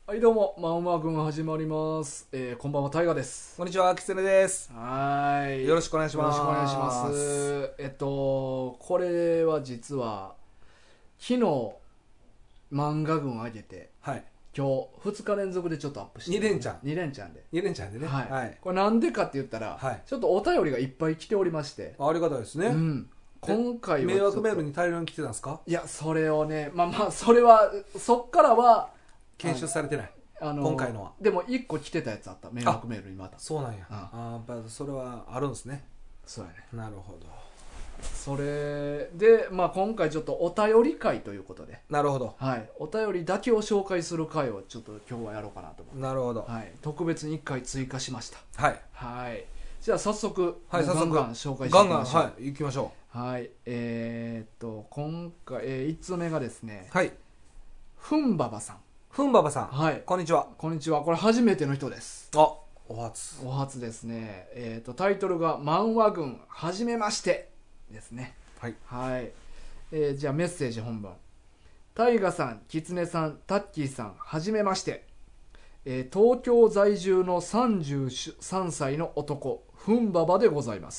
はいどうも、マンマ軍始まります。こんばんは、タイガです。 こんにちは、キツネです。 はい。 よろしくお願いします。 よろしくお願いします。これは実は、昨日、漫画軍上げて、 はい。 今日、2日連続でちょっとアップして、 2連チャン。 2連チャンで。 2連チャンでね。 はい。 はい。 これなんでかって言ったら、 はいちょっとお便りがいっぱい来ておりまして、 ありがたいですね。 うん。今回は迷惑メールに大量に来てたんですか？ いや、それをね、それは、そっからは、 検出されてない。今回のは。 でも1個来てたやつあった、迷惑メールにまた。 そうなんや。やっぱそれはあるんですね。 そうやね。 なるほど。 それで、今回ちょっとお便り会ということで、 なるほど。 はい、お便りだけを紹介する会をちょっと今日はやろうかなと思って、 なるほど。 はい、特別に1回追加しました。 はい。 はい、じゃあ早速、 はい、早速ガンガン紹介していきましょう。 はい、行きましょはい、今回、1通目がですね、 う。はい。 ふんばばさん。 ふんばばさん。 はい、 こんにちは。 こんにちは。これ初めての人です。 あ、お初。 お初ですね。タイトルが漫画軍はじめましてですね。 はい。 はい。じゃあメッセージ本文。タイガさん、キツネさん、タッキーさん、はじめまして。東京在住の33歳の男、フンババでございます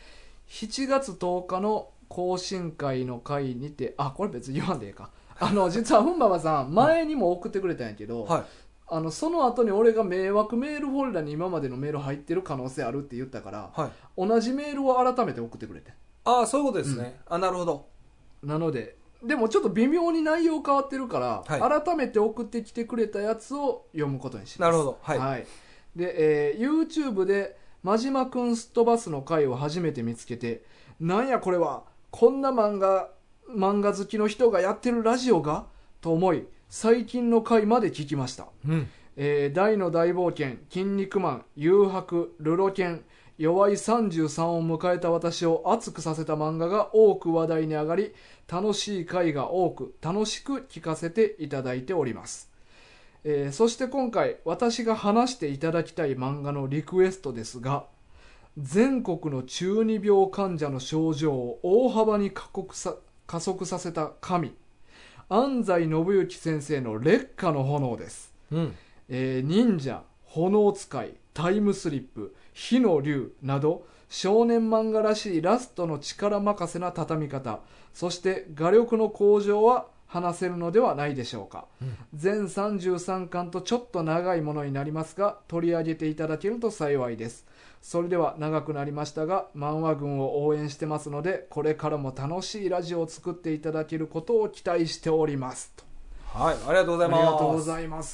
。7月10日の懇親会の会にて、これ別に言わんでええか。実はフンババさん、前にも送ってくれたんやけど、 はい。 その後に俺が迷惑メールフォルダに今までのメール入ってる可能性あるって言ったから、 はい。 同じメールを改めて送ってくれて。 ああ、そういうことですね。なるほど。 なので、でもちょっと微妙に内容変わってるから、 はい改めて送ってきてくれたやつを読むことにします。 なるほど。はい。 で、YouTube で真島くんすっ飛ばすの回を初めて見つけて、なんやこれは、こんな漫画好きの人がやってるラジオがと思い、最近の回まで聞きました。 うん。 大の大冒険、筋肉マン、誘白、ルロケン、弱い33を迎えた私を熱くさせた漫画が多く話題に上がり、楽しい回が多く楽しく聞かせていただいております。そして今回私が話していただきたい漫画のリクエストですが、全国の中二病患者の症状を大幅に加速させた神、安西信之先生の烈火の炎です。 うん。 忍者、炎使い、タイムスリップ、火の竜など少年漫画らしいラストの力任せな畳み方、そして画力の向上は話せるのではないでしょうか。全33巻とちょっと長いものになりますが、取り上げていただけると幸いです。それでは長くなりましたが、漫画軍を応援してますので、これからも楽しいラジオを作っていただけることを期待しておりますと。 はい、ありがとうございます。 ありがとうございます。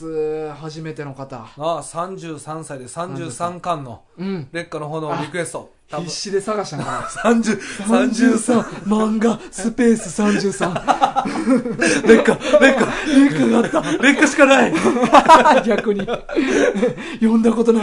初めての方。 33歳で33巻の烈火の炎リクエスト。 必死で探したな。 33。 漫画、スペース33。 烈火があった。烈火しかない。 逆に。読んだことない。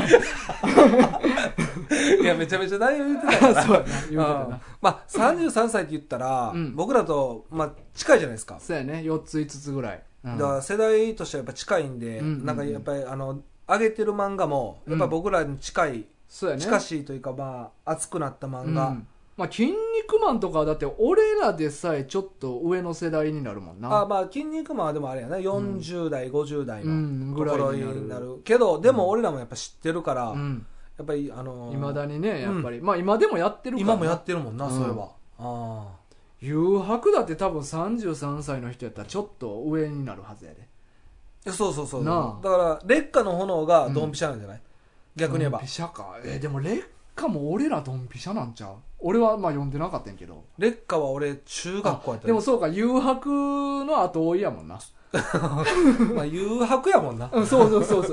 いや、めちゃめちゃ内容言ってたから。 そうやな、言うてたな。 33歳って言ったら、僕らと、近いじゃないですか。 そうやね、4つ5つぐらい。 だから世代としてはやっぱ近いんで、なんかやっぱり上げてる漫画も、やっぱ僕らに近い、近しいというか、熱くなった漫画。 筋肉マンとかはだって俺らでさえちょっと上の世代になるもんな。 筋肉マンはでもあれやな、40代、50代のぐらいところになる。けど、でも俺らもやっぱ知ってるから、やっぱり未だにね、やっぱり。今でもやってるから。 今もやってるもんな、そういえば。 誘白だって多分33歳の人やったらちょっと上になるはずやで。 そう。だから烈火の炎がドンピシャなんじゃない？逆に言えば。 ドンピシャか。でも烈火も俺らドンピシャなんちゃう？俺は読んでなかったんやけど。 烈火は俺中学校やったでもそうか、誘白の後追いやもんな。 誘白やもんな。 そう、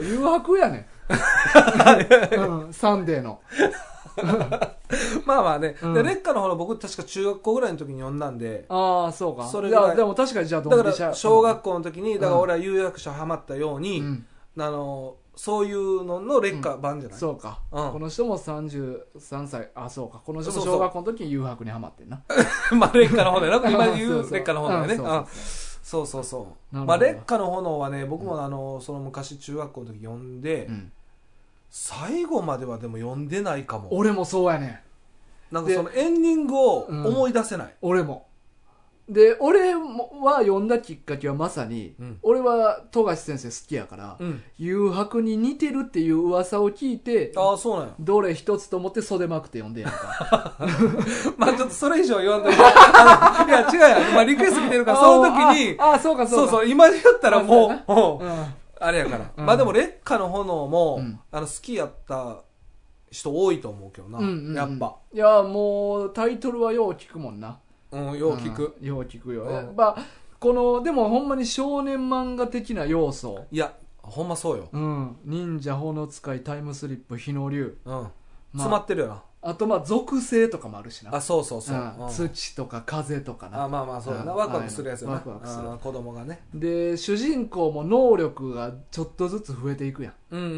誘白やねん。サンデーの。 ね。で、烈火の炎僕確か中学校ぐらいの時に読んだんで。 そうか。 それぐらい。 でも確かにじゃあだから小学校の時に、だから俺は有楽町ハマったように、そういうのの烈火版じゃない？ そうか。この人も33歳。そうか。この人も小学校の時に誘白にハマってんな。 烈火の炎やな。今言う烈火の炎やね。そう。烈火の炎はね、僕もその昔中学校の時読んで、最後まではでも読んでないかも。 俺もそうやね。 なんかそのエンディングを思い出せない。 俺も。 で俺は読んだきっかけはまさに、 うん、 俺は富樫先生好きやから、 うん、 誘白に似てるっていう噂を聞いて、 ああそうなんや、 どれ一つと思って袖まくって読んでやんかまあちょっとそれ以上言わんといていや違うやん、まあ、リクエスト来てるからその時にそうかそうそう今言ったらもう、 うん、 あれやから、 うん、 まあでも烈火の炎も、 うん、 好きやった人多いと思うけどな、 うんうんうん、 やっぱいやもうタイトルはよう聞くもんな、 うん、よう聞く、 よう聞くよ、 うん、 やっぱこのでもほんまに少年漫画的な要素、 いやほんまそうよ、 うん、忍者炎使いタイムスリップ日の竜、 うん、詰まってるよな、 あとまあ属性とかもあるしな、 あそうそうそう、 うん、土とか風とかな、 あまあまあそうだな、ワクワクするやつよな、 ワクワクする、 子供がね、 で主人公も能力がちょっとずつ増えていくやん、 うんうんうん、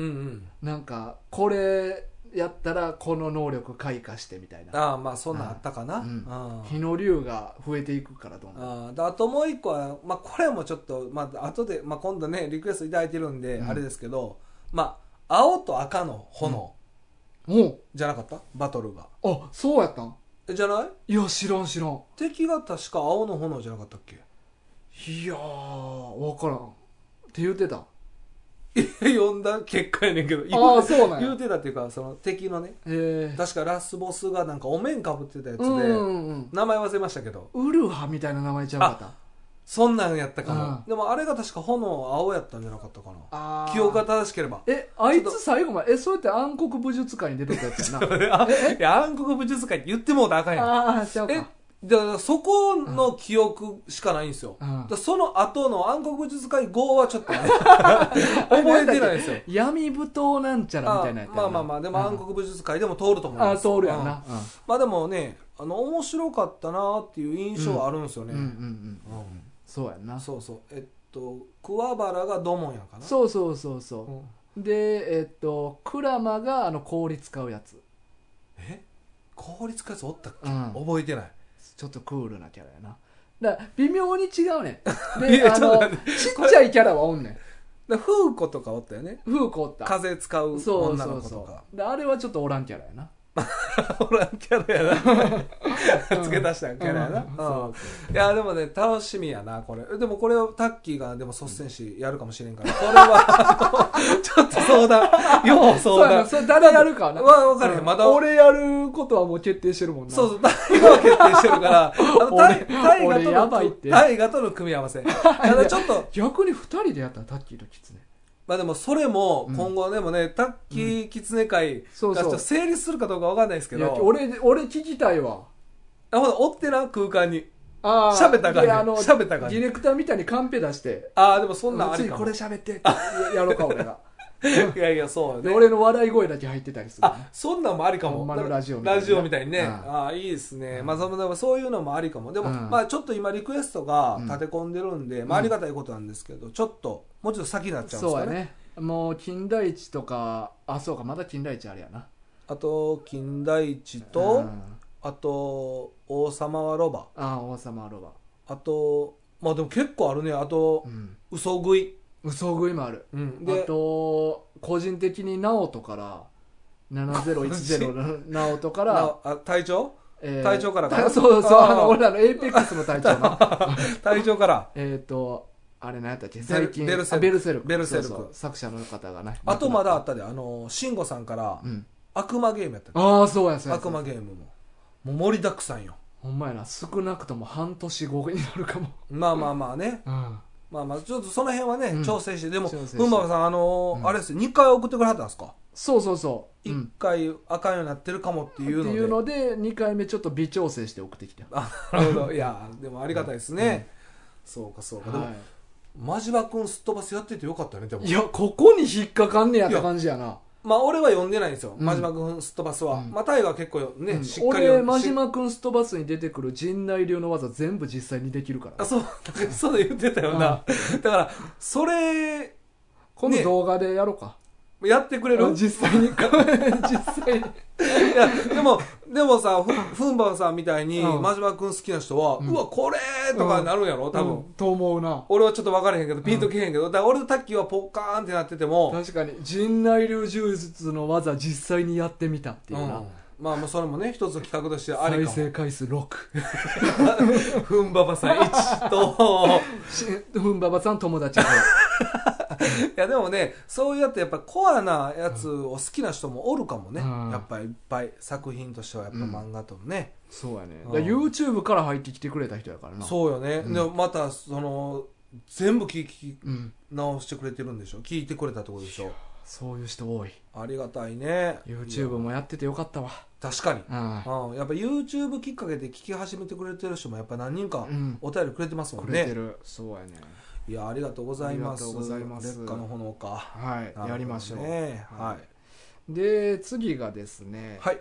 なんかこれやったらこの能力開花してみたいな、 ああまあそんなんあったかな、 うん、 あ日の竜が増えていくからどんどん、 あともう一個は、まあ、これもちょっと、まあ後で、まあ、今度ねリクエストいただいてるんで、 うん、 あれですけど、まあ青と赤の炎、 うん、 じゃなかったバトルが、 あそうやったん、 じゃない、 いや知らん敵が確か青の炎じゃなかったっけ、 いやー分からんって言ってた、 読んだ結果やねんけど、 ああそうなんや、 言うてたっていうかその敵のね、 確確かラスボスがなんかお面かぶってたやつで、 うんうんうん、 名前忘れましたけど、 ウルハみたいな名前ちゃうかった、 そんなんやったかも、 うん、 でもあれが確か炎青やったんじゃなかったかな、 あ記憶が正しければ、 あいつ最後までそうやって暗黒武術界に出てたやつやないや暗黒武術界って言ってもうたらあかんやん、 ああちゃうか、 だからそこの記憶しかないんですよ、 うん、 だからその後の暗黒武術界5はちょっとね覚えてないんですよ、 闇舞踏なんちゃらみたいなやつやな、 まあまあまあでも暗黒武術界でも通ると思います、 通るやんな、うん、 まあでもね面白かったなっていう印象はあるんですよね、 そうやんな、 そうそう桑原が土門やんかな、 そうそうそうそう、でクラマが氷使うやつ、 氷使うやつおったっけ、 うん、 覚えてない、 ちょっとクールなキャラやな、だから微妙に違うねんいでやちょっとちっちゃいキャラはおんねん、 風子とかおったよね、 風子おった、 風使う女の子とか、 であれはちょっとおらんキャラやなおらんキャラやな付け足したキャラやな、いやでもね楽しみやなこれ、でもこれをタッキーがでも率先しやるかもしれんから、これはちょっと相談よう相談、 それ誰やるかな分かれへん、まだ俺やることはもう決定してるもんな、 そう大河は決定してるから大河との組み合わせ、ただちょっと逆に2人でやったらタッキーとキツネ、 まあでもそれも今後でもね、タッキーキツネ会がちょっと成立するかどうかわかんないですけど、 俺聞きたいわ、 ほら追ってな空間に喋った感じ、喋った感じ、 ディレクターみたいにカンペ出して、 でもそんなんありかも、 ついこれ喋ってってやろうか俺がいやいやそうね、 俺の笑い声だけ入ってたりする、 そんなんもありかも、 ラジオみたいにね、いいですね、まあそういうのもありかも、でもまあちょっと今リクエストが立て込んでるんで、まあありがたいことなんですけど、ちょっともうちょっと先になっちゃうんですかね、 そうやね、もう金田一とか、そうかまだ金田一あれやな、 あと金田一と、あと王様はロバ、 王様はロバ、 あとまあでも結構あるね、あと、嘘食いもある、あと個人的に直人から7010の直人から隊長からかな、 そう俺らのエイペックスの隊長な隊長からあれ何やったっけ最近ベルセルク作者の方がね、 あとまだあったで、慎吾さんから悪魔ゲームやったっけ、そうや悪魔ゲームもう盛りだくさんよ、 ほんまやな、少なくとも半年後になるかも、 まあね、まあちょっとその辺はね、調整して、でもふんばばさんあれですよ、2回送ってくれはったんですか、 そう、 1回あかんようになってるかもっていうので2回目ちょっと微調整して送ってきた、 なるほど、いやでもありがたいですね、そうかでも真島君すっ飛ばすやっててよかったね、でもいやここに引っかかんねやって感じやな、 まあ俺は読んでないんですよ、真島君すっ飛ばすは、まあタイは結構ね、しっかり俺真島君すっ飛ばすに出てくる陣内流の技全部実際にできるから、 そう言ってたよな、だからそれ今度動画でやろうか、 やってくれる、 実際にいやでもさ、ふんばさんみたいに真島君好きな人は、うわこれとかになるんやろ多分、 と思うな、 俺はちょっと分からへんけどピンとけへんけど、だから俺とタッキーはポッカーンってなってても、 確かに陣内流柔術の技実際にやってみたっていうな、 まあもうそれもね一つの企画としてありかも。 再生回数6。 ふんばばさん1とふんばばさん友達で。 いやでもね、そうやってやっぱコアなやつを好きな人もおるかもね、やっぱりいっぱい作品としてはやっぱ漫画とね、 そうやね。だから YouTube から入ってきてくれた人やからな。 そうよね、でもまたその全部聞き直してくれてるんでしょ、聞いてくれたってことでしょ。 そういう人多い。 ありがたいね。 YouTube もやっててよかったわ。 確かに、やっぱ YouTube きっかけで聞き始めてくれてる人もやっぱ何人かお便りくれてますもんね、 くれてる。そうやね。 いやありがとうございます。 ありがとうございます。 劣化の炎か。 はい、やりましょう。 はい。 で次がですね、 はい。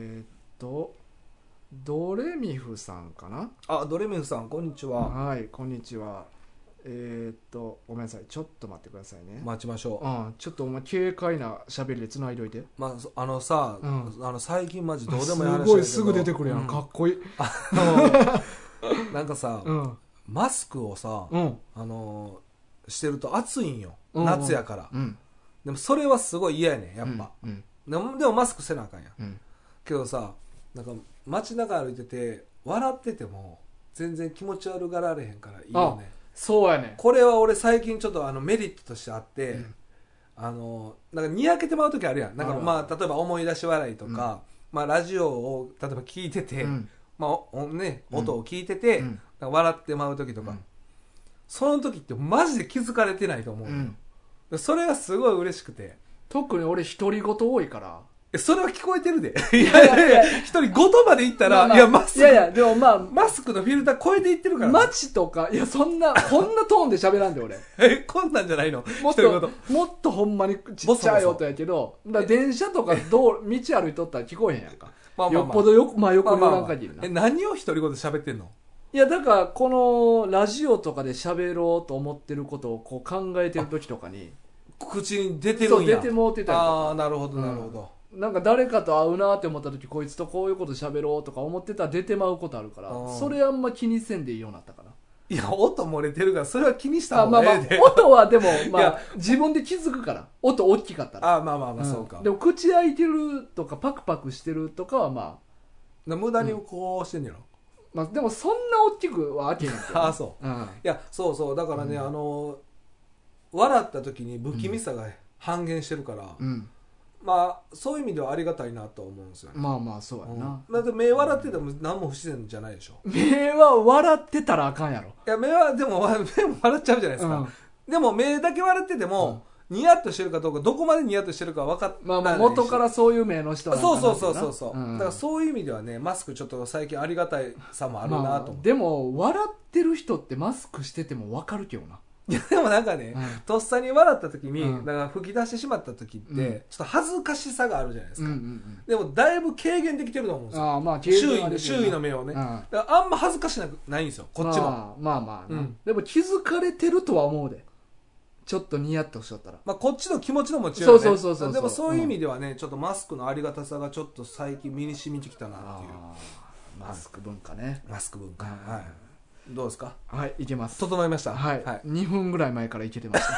ドレミフさんかな。 あ、ドレミフさんこんにちは。 はい、こんにちは。ごめんなさい、ちょっと待ってくださいね。 待ちましょう。ちょっとお前軽快な喋りで繋いどいて。 まあさ、最近マジどうでもいい話だけど、 すごいすぐ出てくるやん、かっこいい。 なんかさ、マスクをさ、してると暑いんよ、夏やから、でもそれはすごい嫌やねんやっぱ、でもマスクせなあかんやん、けどさ、なんか街中歩いてて笑ってても全然気持ち悪がられへんからいいよね。 そうやね。 これは俺最近ちょっとメリットとしてあって、なんかにやけてまう時あるやん。なんかまあ例えば思い出し笑いとか、まあラジオを例えば聞いてて、まあね、音を聞いてて、なんか笑ってまう時とか、その時ってマジで気づかれてないと思う、それがすごい嬉しくて。 特に俺独り言多いから。 それは聞こえてるで。いや一人ごとまで言ったら、いやマスク、 でもまあマスクのフィルター超えていってるから。 街とか、いやそんなこんなトーンで喋らんで俺。 こんなんじゃないの。 もっとほんまにちっちゃい音やけど、だ電車とか道歩いとったら聞こえへんやんか。よっぽど横におらん限りな。 何を独り言喋ってんの。 いやだからこのラジオとかで喋ろうと思ってることをこう考えてる時とかに口に出てるんや。 そう出てもうてたりとか。 ああなるほどなるほど。 なんか誰かと会うなって思った時、こいつとこういうこと喋ろうとか思ってたら出てまうことあるから、それあんま気にせんでいいようになったかな。 いや音漏れてるからそれは気にした方がええで。 音はでもまあ自分で気づくから、音大きかったら。 まあそうか。 でも口開いてるとかパクパクしてるとかはまあ無駄にこうしてんねやろ。 まあでもそんな大きくは開けへんけど。 そう。いやそうだからね、笑った時に不気味さが半減してるから、まあそういう意味ではありがたいなと思うんですよね。 まあそうやな。 だって目笑ってても何も不自然じゃないでしょ。 目は笑ってたらあかんやろ。 いや目はでも目も笑っちゃうじゃないですか。でも目だけ笑ってても、ニヤッとしてるかどうか、どこまでニヤッとしてるか分かってないし。まあ元からそういう目の人はなんかな。 そうだからそういう意味ではね、マスクちょっと最近ありがたいさもあるなと思って。 でも笑ってる人ってマスクしてても分かるけどな。 いやでもなんかね、とっさに笑った時に、だから吹き出してしまった時って、ちょっと恥ずかしさがあるじゃないですか。でもだいぶ軽減できてると思うんですよ。周囲の目をね。だからあんま恥ずかしくないんですよ、こっちも。 まあでも気づかれてるとは思うで。ちょっとニヤッとしとったら。 まあこっちの気持ちのも違うよね。 そう。 でもそういう意味ではね、ちょっとマスクのありがたさがちょっと最近身に染みてきたなっていう。 マスク文化ね。 マスク文化。はい。どうですか。 はい、いけます。 整いました。 はい。2分ぐらい前からいけてました。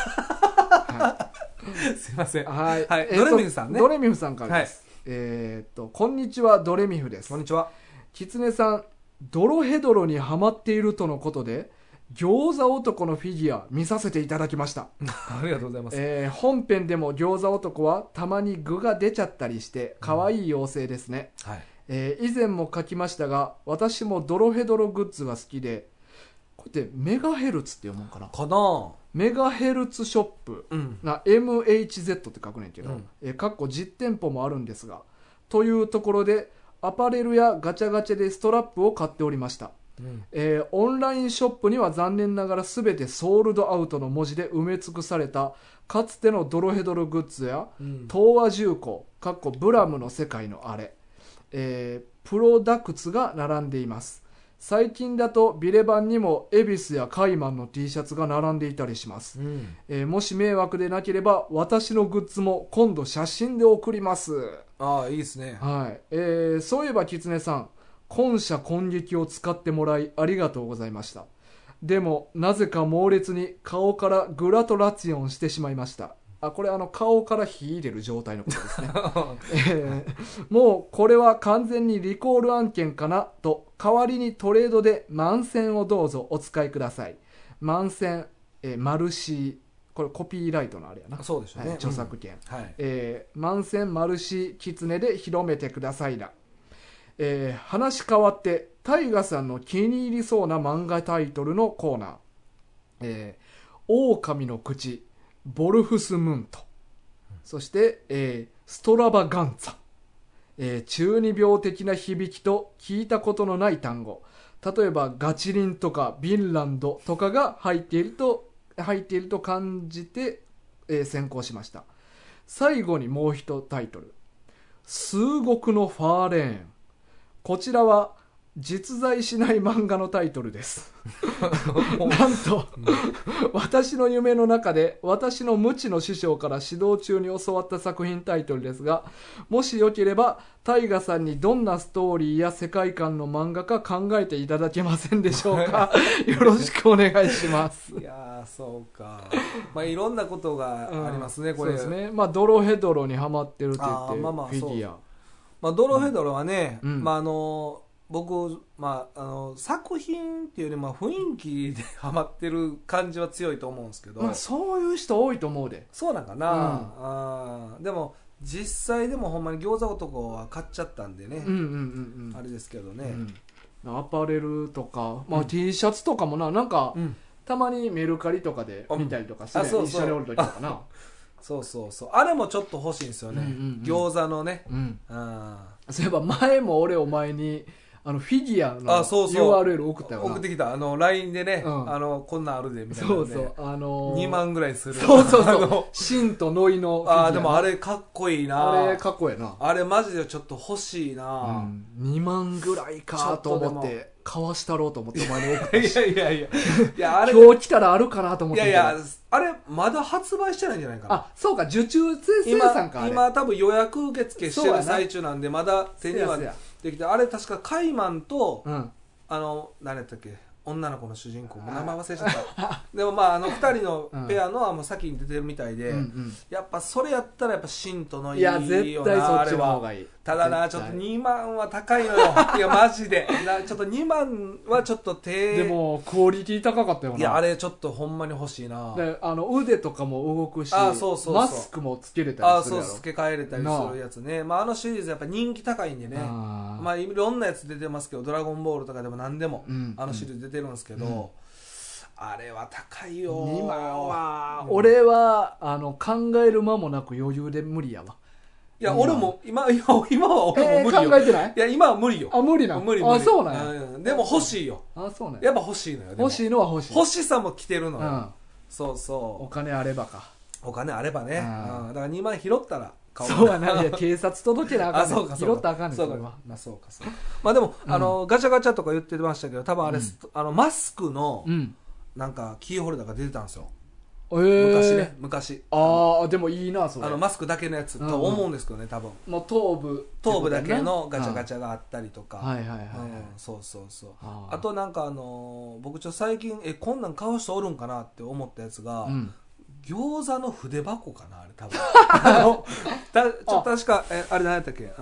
すいません。 はい。 ドレミフさんね。 ドレミフさんからです。こんにちは、ドレミフです。 こんにちは。 キツネさん、ドロヘドロにハマっているとのことで、餃子男のフィギュア見させていただきました。 ありがとうございます。 本編でも餃子男はたまに具が出ちゃったりして可愛い妖精ですね。以前も書きましたが、私もドロヘドログッズが好きで、こうやってメガヘルツって読むんかな。メガヘルツショップ、MHZ って書くねんけど、かっこ実店舗もあるんですが、というところでアパレルやガチャガチャでストラップを買っておりました。オンラインショップには残念ながら全てソールドアウトの文字で埋め尽くされたかつてのドロヘドログッズや、東和重工かっこブラムの世界のあれ、プロダクツが並んでいます。最近だとビレバンにもエビスやカイマンの T シャツが並んでいたりします、もし迷惑でなければ私のグッズも今度写真で送ります。 いいですね。 そういえばキツネさん、今社今撃を使ってもらいありがとうございました。でもなぜか猛烈に顔からグラトラチオンしてしまいました。 これ顔から火出る状態のことですね、もうこれは完全にリコール案件かなと、代わりにトレードで万線をどうぞお使いください。万線、マルシー、これコピーライトのあれやな、 そうでしょうね、 著作権、 はい、 万線マルシーキツネで広めてくださいな。話変わってタイガさんの気に入りそうな漫画タイトルのコーナー、狼の口、ボルフスムント、そして、ストラバガンツァ、中二病的な響きと聞いたことのない単語、例えばガチリンとかビンランドとかが入っていると感じて、選考しました。最後にもう一タイトル、数国のファーレーン。こちらは実在しない漫画のタイトルですなんと私の夢の中で私の無知の師匠から指導中に教わった作品タイトルですが、もしよければタイガさんにどんなストーリーや世界観の漫画か考えていただけませんでしょうかよろしくお願いします。 いやそうか、いろんなことがありますね、これ。 そうですね、ドロヘドロにハマってるって言ってフィギュア、 ドロヘドロはね、 うん僕、作品っていうより雰囲気でハマってる感じは強いと思うんですけど、 そういう人多いと思うで。 そうなんかな、でも実際でもほんまに餃子男は買っちゃったんでね、あれですけどね、 アパレルとか、T シャツとかもなんか、たまにメルカリとかで見たりとかして、一緒におる時とかなそうあれもちょっと欲しいんですよね、餃子のね、 そういえば前も俺お前にフィギュアの URL 送ったよな。 送ってきたLINE でね、こんなんあるでみたいなので、2万ぐらいする、 シンとノイのフィギュア。でもあれかっこいいな、 あれかっこいいな、 あれマジでちょっと欲しいな、 2万ぐらいかと思って買わしたろうと思ってお前に送ったしいやあれ今日来たらあるかなと思って。 いやあれまだ発売してないんじゃないかな。 そうか、受注生産か。 今多分予約受付してる最中なんでまだ手にはできて、あれ確かカイマンと、何やったっけ、女の子の主人公も名前忘れちゃったでも2人のペアのはもう先に出てるみたいで、やっぱそれやったらやっぱシンとのいいよな。 いや絶対そっちの方がいい。 ただな、ちょっと2万は高いのよいやマジでちょっと2万はちょっとでもクオリティ高かったよな。 いやあれちょっとほんまに欲しいな。 で腕とかも動くし、 そうマスクもつけれたりするやろ。 付け替えれたりするやつね。あのシリーズやっぱ人気高いんでね、いろんなやつ出てますけど、ドラゴンボールとかでも何でも、あのシリーズ出てるんですけど、あれは高いよ。 2万は、俺は考える間もなく余裕で無理やわ。 いや俺も今は俺も無理よ。 考えてない？ いや今は無理よ。 無理なの？ 無理。 そうなんや。 でも欲しいよ。 そうなんや。やっぱ欲しいのよ。 欲しいのは欲しい。 欲しさも来てるのよ。そうお金あればか。 お金あればね。だから2万拾ったら買おう。 そうやな。いや警察届けなあかんねん。拾ったらあかんねん。 そうか。でもガチャガチャとか言ってましたけど、多分あれマスクのなんかキーホルダーが出てたんですよ。昔ね、昔。 でもいいなそれ。 マスクだけのやつと思うんですけどね、多分。 もう頭部だけのガチャガチャがあったりとか。そう。あとなんか僕ちょっと最近こんなん買う人おるんかなって思ったやつが、餃子の筆箱かな、あれ多分。確かあれ何やったっけ、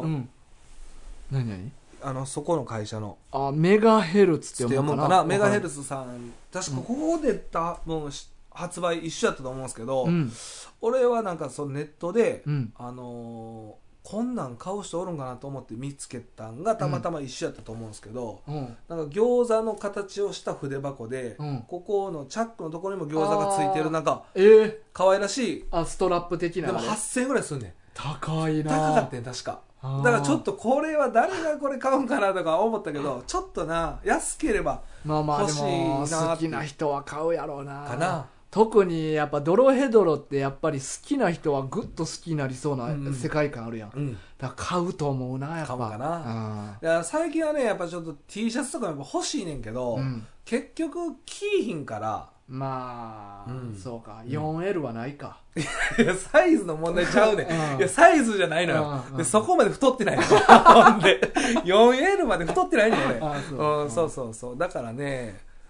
何そこの会社のメガヘルツって読むかな。メガヘルツさん確かここでもう発売一緒やったと思うんですけど、俺はなんかそのネットで、こんなん買う人おるんかなと思って見つけたんがたまたま一緒やったと思うんですけど、なんか餃子の形をした筆箱で、ここのチャックのところにも餃子がついてる、なんか可愛らしいストラップ的な。 でも8000円ぐらいするねん。 高いな。 高かったね確か。だからちょっとこれは誰がこれ買うんかなとか思ったけど、ちょっとな安ければ欲しいな。 でも好きな人は買うやろうな。 かな。 特にやっぱドロヘドロってやっぱり好きな人はぐっと好きになりそうな世界観あるやん、だから買うと思うな。やっぱ買うかな。だから最近はねやっぱちょっと T シャツとかやっぱ欲しいねんけど、結局キーヒンからそうか 4L はないか。 いやサイズの問題ちゃうねん、いやサイズじゃないのよ、でそこまで太ってないのほんで 4L まで太ってないのよ俺。そうだからね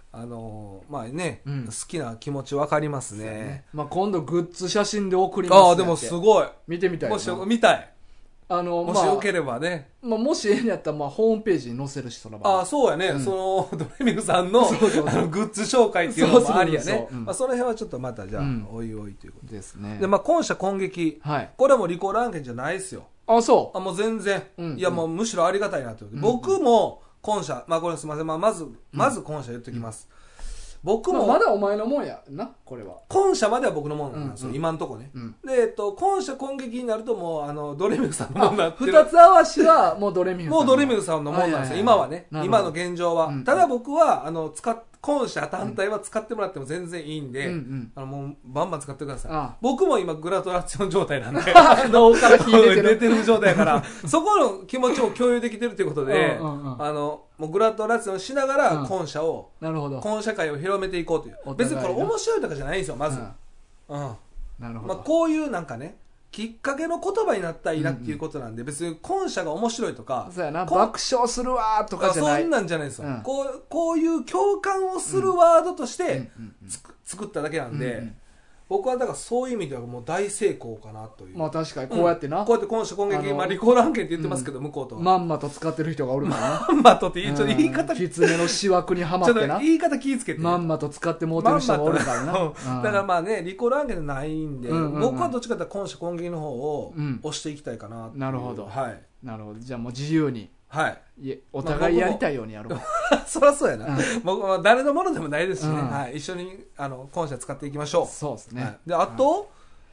まあね、 うん好きな気持ちわかりますね。 まあ、今度グッズ写真で送りますね。 ああ、でもすごい。 見てみたいな。 もし、見たい。もしまあよければね。 まあ、もしええんやったら、まあ、ホームページに載せるし、その場合。 ああ、そうやね。 うんドレミフさんのそうそうそうグッズ紹介っていうのもありやねそうそうそう。うんまあ、その辺はちょっとまたじゃあ、 うんおいおいということですね。 で。まあ、今社今撃。 はい。 これはもうリコール案件じゃないですよ。 あ、そもう全然。 うんいや、もうむしろありがたいなと思って。 うん僕も、今社、まあ、これすみません。まあ、まず今社言っておきます。僕う。まあ、 も、 まだお前のもんやな、これは。 今社までは僕のものなんですよ。 うんうん今んとこね。 うん。 で、今社今撃になるともう、ドレミフさんのものになってる。 二つ合わしは、もうドレミフもうドレミフさんのもんなんですよ、今はね。 なるほど今の現状は。 うんただ僕は、今社単体は使ってもらっても全然いいんで、 うんもうバンバン使ってください。 あ僕も今グラトラチオン状態なんで。 脳から引いててる。 出てる状態やから、そこの気持ちを共有できてるということで、 うんうんうんもうグラトラチオンしながらうん今社を、 なるほど。 今社会を広めていこうという。 お互いな別にこれ面白いとかじゃないんですよ、まず。うん。 なるほど。 まあ、こういうなんかね、きっかけの言葉になったらいいなっていうことなんで、別に今社が面白いとか、 そうやな、 こ爆笑するわーとかじゃない。 そんなんじゃないですよ、 うんこういう共感をするワードとしてうんうんうん作っただけなんで、 うんうん僕はだからそういう意味ではもう大成功かなという、 まあ確かにこうやってな、 こうやって今社今撃、まあ、リコール案件って言ってますけど、向こうとは、 まんまと使ってる人がおるからな。 まんまとってちょっと言い方、 キツネのしわくにはまちょってな。 っと言い方気ぃつけて、 まんまと使ってもうてる人がおるからな。 だからまあね、リコール案件じゃないんで、 うんうんうん僕はどっちかというと今社今撃の方をうん押していきたいかなっていうなるほどはいなるほど。じゃあもう自由に、 はいお互いやりたいようにやろう。 そりゃそうやな、 うん僕は誰のものでもないですしね、 うんはい、一緒に今社使っていきましょう。 そうですね。 はい、であと、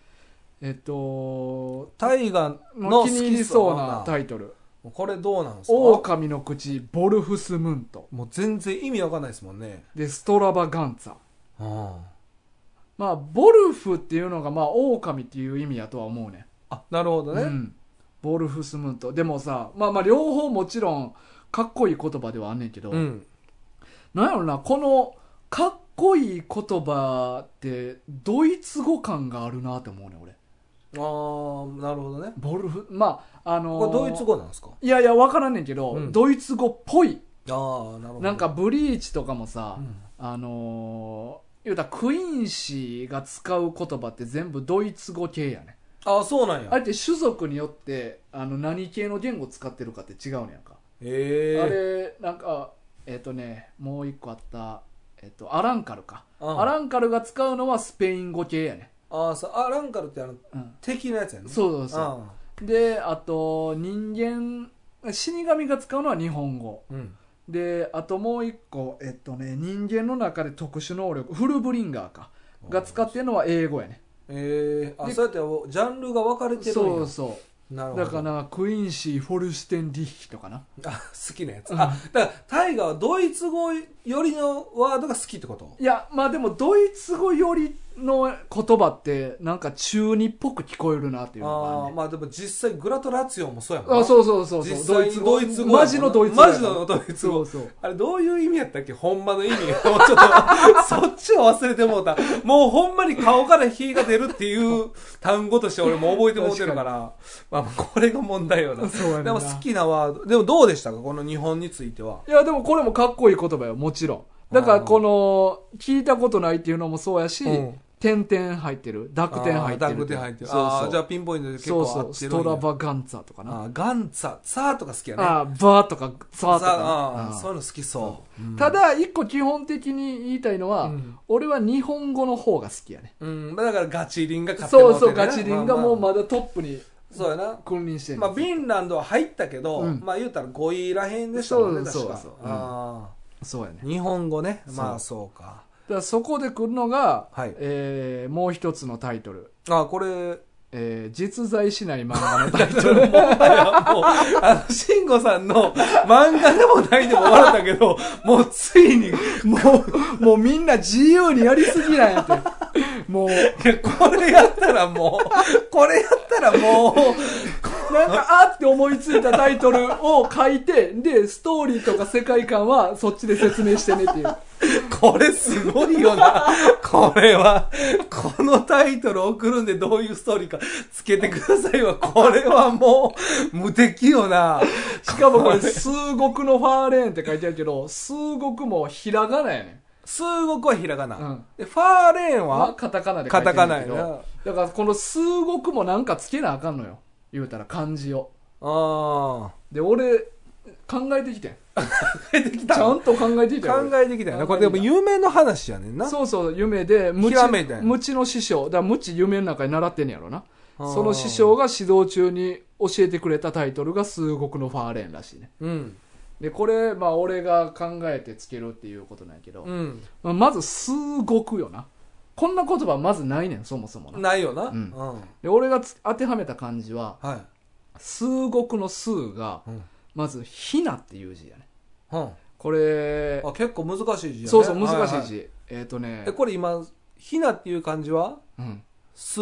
タイガの気に入りそうなタイトル。 これどうなんですか？ 狼の口、ボルフスムント。 もう全然意味わかんないですもんね。 で、ストラバガンツァ。 あまあ、ボルフっていうのが、まあ、狼っていう意味やとは思うね。 あ、なるほどね、 うん。ボルフスムント。でもさ、まあまあ、両方もちろん、かっこいい言葉ではあんねんけど、 うんなんやろな、この、かっこいい言葉って、ドイツ語感があるなって思うねん、俺。 ああ、なるほどね。 ボルフ、まあ、 これドイツ語なんですか？ いやいや、わからんねんけど、 うんドイツ語っぽい。 ああ、なるほど。 なんか、ブリーチとかもさ、 うん言うたらクイーン氏が使う言葉って全部ドイツ語系やね。 ああ、そうなんや。 あれって種族によって何系の言語使ってるかって違うねやんか、 えあれなんかもう一個あったアランカルか、 うんアランカルが使うのはスペイン語系やね、 ああ、アランカルってうん、 敵のやつやね。 そうそうそうであと死神が使うのは日本語うん。 であともう一個人間の中で特殊能力フルブリンガーかが使ってるのは英語やね。でそうやってジャンルが分かれてるんや。 そうそなるほど。 だからクイーンシー・フォルステン・リッヒとかな。 あ、好きなやつ。 うんだからタイガーはドイツ語よりのワードが好きってこと？ いやまあでもドイツ語よりの言葉ってなんか中二っぽく聞こえるなっていうのがあるね。 まあでも実際グラトラツィオンもそうやもんな。 そうそうそう実そう際ドイツ語マジのドイツ語やマジのドイツ語。 そうそうあれどういう意味やったっけ？ほんまの意味。もうちょっとそっちを忘れてもうた。もうほんまに顔から火が出るっていう単語として俺も覚えてもうてるからまあこれが問題よな。 そうやねんなでも好きなワード。でもどうでしたかこの日本については？ いやでもこれもかっこいい言葉よもちろん。だからこの聞いたことないっていうのもそうやし、点々入ってる濁点入ってる濁点入ってる。 そうそうじゃあピンポイントで結構そうそう合ってるんや。 ストラバガンツァとかな。 ガンツァ、ツァーとか好きやね。 バーとかツァーとかな。 そういうの好きそう。 ただ一個基本的に言いたいのは、 うん俺は日本語の方が好きやね。 だからガチリンが勝ってもそうそううてるねガチリンがもうまだトップにそうやな。 君臨してる。 まあ、フィンランドは入ったけど、 うんまあ言うたら5位らへんでしたもんね、確か。 そうそうそうあそうやね。 ー日本語ね。 そうまあそうか。 だからそこで来るのが、 はいもう一つのタイトル、 これ、 実在しない漫画のタイトル。 もう、慎吾さんの漫画でもないでも笑ったけど、もうついに、 もうみんな自由にやりすぎなんやって。もう、 これやったらもう、 なんか、あって思いついたタイトルを書いて、で、ストーリーとか世界観はそっちで説明してねっていう。 これすごいよな。これは、このタイトル送るんでどういうストーリーかつけてくださいわ。これはもう、無敵よな。 しかもこれ、数国のファーレーンって書いてあるけど、数国もひらがなやねん。 数国はひらがな、 うん、 でファーレーンはカタカナで書いてるんだけど、 カタカナやな。 だからこの数国もなんかつけなあかんのよ、言うたら漢字を。 あで俺考えてきてんあちゃんと考えてきたよ。 考えてきたよな。これでも夢の話やねんな。 そうそう、夢で無知の師匠だから、無知夢の中に習ってんねやろな。その師匠が指導中に教えてくれたタイトルが数国のファーレーンらしいね。 うん。 でこれまあ俺が考えてつけるっていうことなんやけど、 うん、 まず数国よな。こんな言葉まずないねん、そもそもな。 ないよな。 うんで俺が当てはめた漢字は、 はい、 数国の数が、まずひなっていう字やね。これ結構難しい字やね。 そうそう難しい字、 はいはい、これ今ひなっていう漢字は、す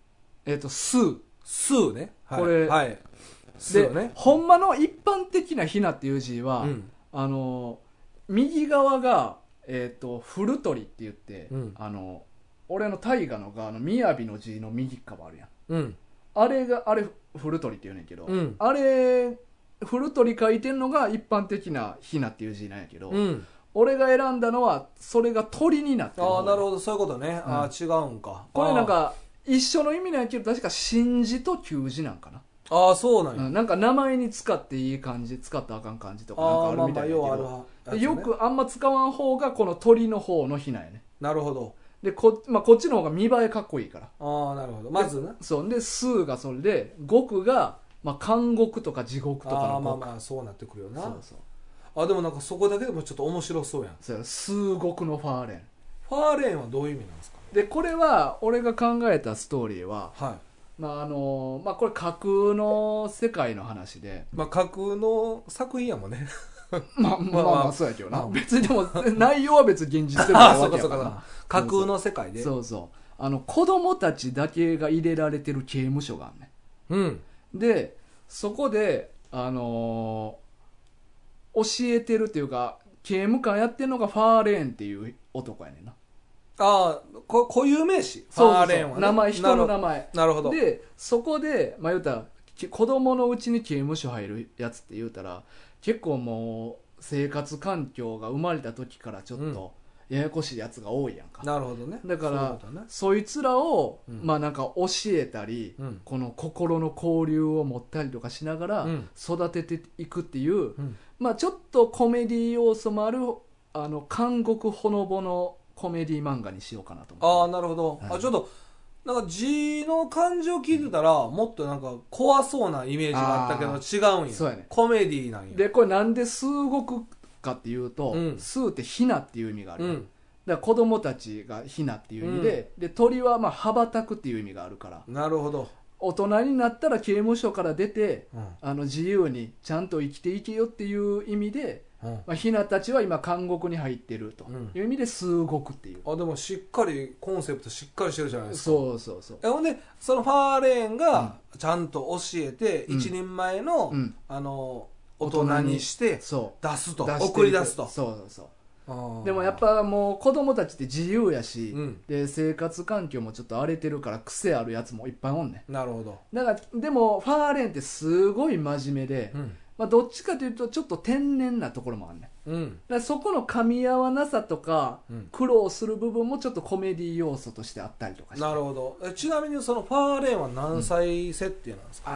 数ね、はい、 これ、 はい、 で、 ね、 ほんまの一般的なひなっていう字は、右側が古鳥って言って、俺の大河の側の雅の字の右側あるやん、あれ古鳥って言うねんけど、あれ古鳥書いてんのが一般的なひなっていう字なんやけど、俺が選んだのはそれが鳥になってる。 ああなるほど、そういうことね。ああ違うんか。 これなんか一緒の意味なんやけど確か新字と旧字なんかな。 ああそうなんや、 なんか名前に使っていい漢字使ったらあかん漢字とかなんかあるみたいだけど、よくあんま使わん方がこの鳥の方のひなやね。 なるほど。 でこっちの方が見栄えかっこいいから。 ああなるほど。まずね、 そうで数がそれで獄が監獄とか地獄とかの獄。 まあそうなってくるよな。 そうそう。 でもなんかそこだけでもちょっと面白そうやん。 そうや、数国のファーレン。 ファーレーンはどういう意味なんですか。 でこれは俺が考えたストーリーは、 はい、 これ架空の世界の話で、 架空の作品やもんねまあそうやけどな、別にでも内容は別に現実でもないわけやからな架空の世界で、 そうそう子供たちだけが入れられてる刑務所があるね、でそこで教えてるっていうか刑務官やってるのがファーレーンっていう男やねんな。 固有名詞ファーレーンは、ね、 名前、人の名前。 なるほど。 でそこで言うたら子供のうちに刑務所入るやつって言うたら結構もう生活環境が生まれた時からちょっとややこしいやつが多いやんか。 なるほどね。 だからそいつらを、なんか教えたり、この心の交流を持ったりとかしながら育てていくっていう、ちょっとコメディ要素もある監獄ほのぼのコメディ漫画にしようかなと思って。 なるほど、ちょっとなんか字の漢字を聞いてたらもっとなんか怖そうなイメージがあったけど違うんや。 そうやね。 コメディなんや。 でこれなんで数国かっていうと、数ってひなっていう意味がある、だから子供たちがひなっていう意味で、で鳥は羽ばたくっていう意味があるから。 なるほど。 大人になったら刑務所から出て、自由にちゃんと生きていけよっていう意味で、ひなたちは今監獄に入ってるという意味で数国っていう、 でもしっかりコンセプトしっかりしてるじゃないですか。 そうほんでそのファーレーンがちゃんと教えて、一人前の、大人にして出すと、送り出すと。でもやっぱもう子供たちって自由やし、で生活環境もちょっと荒れてるから癖あるやつもいっぱいおんねん。 なるほど。 だからでもファーレーンってすごい真面目で、どっちかというとちょっと天然なところもあるね、だからそこの噛み合わなさとか、苦労する部分もちょっとコメディ要素としてあったりとかして。 なるほど。ちなみにそのファーレーンは何歳設定なんですか。